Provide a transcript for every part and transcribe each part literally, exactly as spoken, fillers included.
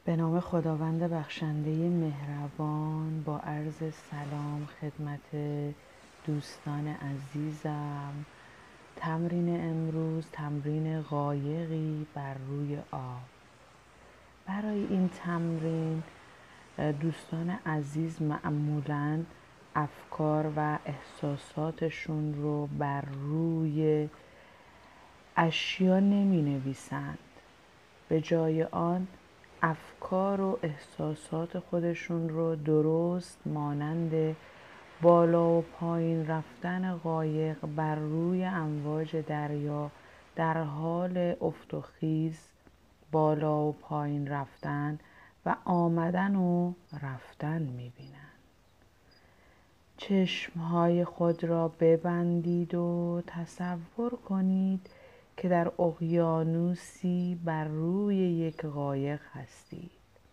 به نام خداوند بخشنده مهربان، با عرض سلام خدمت دوستان عزیزم. تمرین امروز تمرین قایقی بر روی آب. برای این تمرین دوستان عزیز معمولاً افکار و احساساتشون رو بر روی اشیا نمی نویسند. به جای آن افکار و احساسات خودشون رو درست مانند بالا و پایین رفتن قایق بر روی امواج دریا در حال افت و خیز، بالا و پایین رفتن و آمدن و رفتن می‌بینن. چشمهای خود را ببندید و تصور کنید که در اقیانوسی بر روی یک قایق هستید.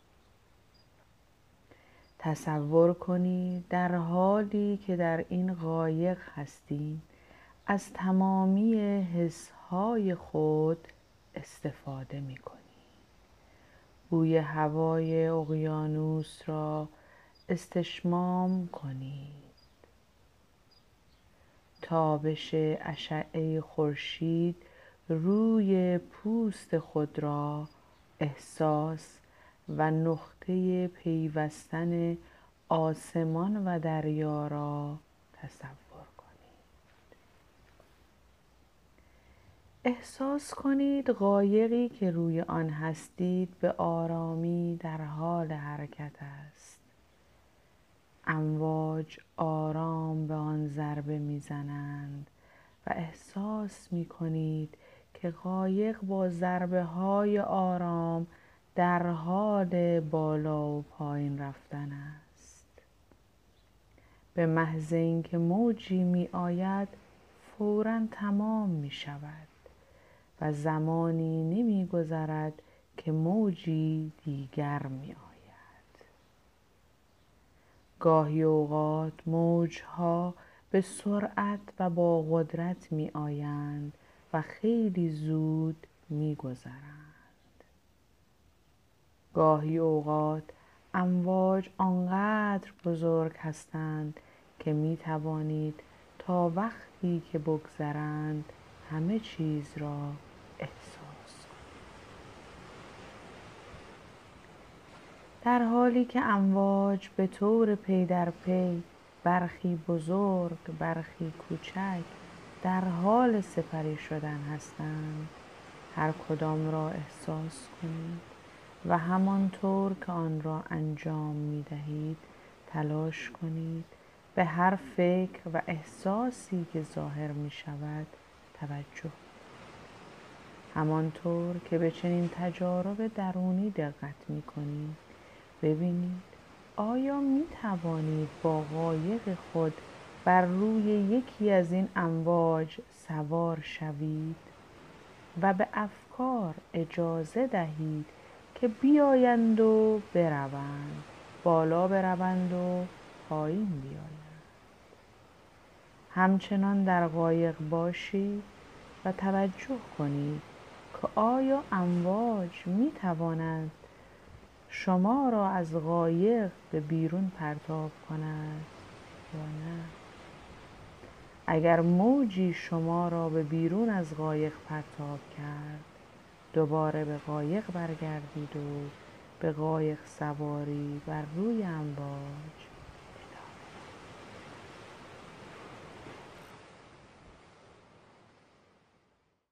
تصور کنید در حالی که در این قایق هستید از تمامی حسهای خود استفاده می کنید. بوی هوای اقیانوس را استشمام کنید. تابش اشعه خورشید روی پوست خود را احساس و نقطه پیوستن آسمان و دریا را تصور کنید. احساس کنید قایقی که روی آن هستید به آرامی در حال حرکت است. امواج آرام به آن ضربه میزنند و احساس می کنید که قایق با ضربه های آرام در حال بالا و پایین رفتن است. به محض اینکه موجی می آید فوراً تمام می شود و زمانی نمی گذرد که موجی دیگر می آید. گاهی اوقات موجها به سرعت و با قدرت می آیند و خیلی زود می گذرند. گاهی اوقات امواج آنقدر بزرگ هستند که می توانید تا وقتی که بگذرند همه چیز را احساس کنید. در حالی که امواج به طور پی در پی، برخی بزرگ برخی کوچک، در حال سپری شدن هستند، هر کدام را احساس کنید و همانطور که آن را انجام می دهید تلاش کنید به هر فکر و احساسی که ظاهر می شود توجه. همانطور که به چنین تجارب درونی دقت می کنید، ببینید آیا می توانید با قایق خود بر روی یکی از این امواج سوار شوید و به افکار اجازه دهید که بیایند و بروند، بالا بروند و پایین بیایند. همچنان در قایق باشید و توجه کنید که آیا امواج می توانند شما را از قایق به بیرون پرتاب کند یا نه. اگر موجی شما را به بیرون از قایق پرتاب کرد، دوباره به قایق برگردید و به قایق سواری بر روی امواج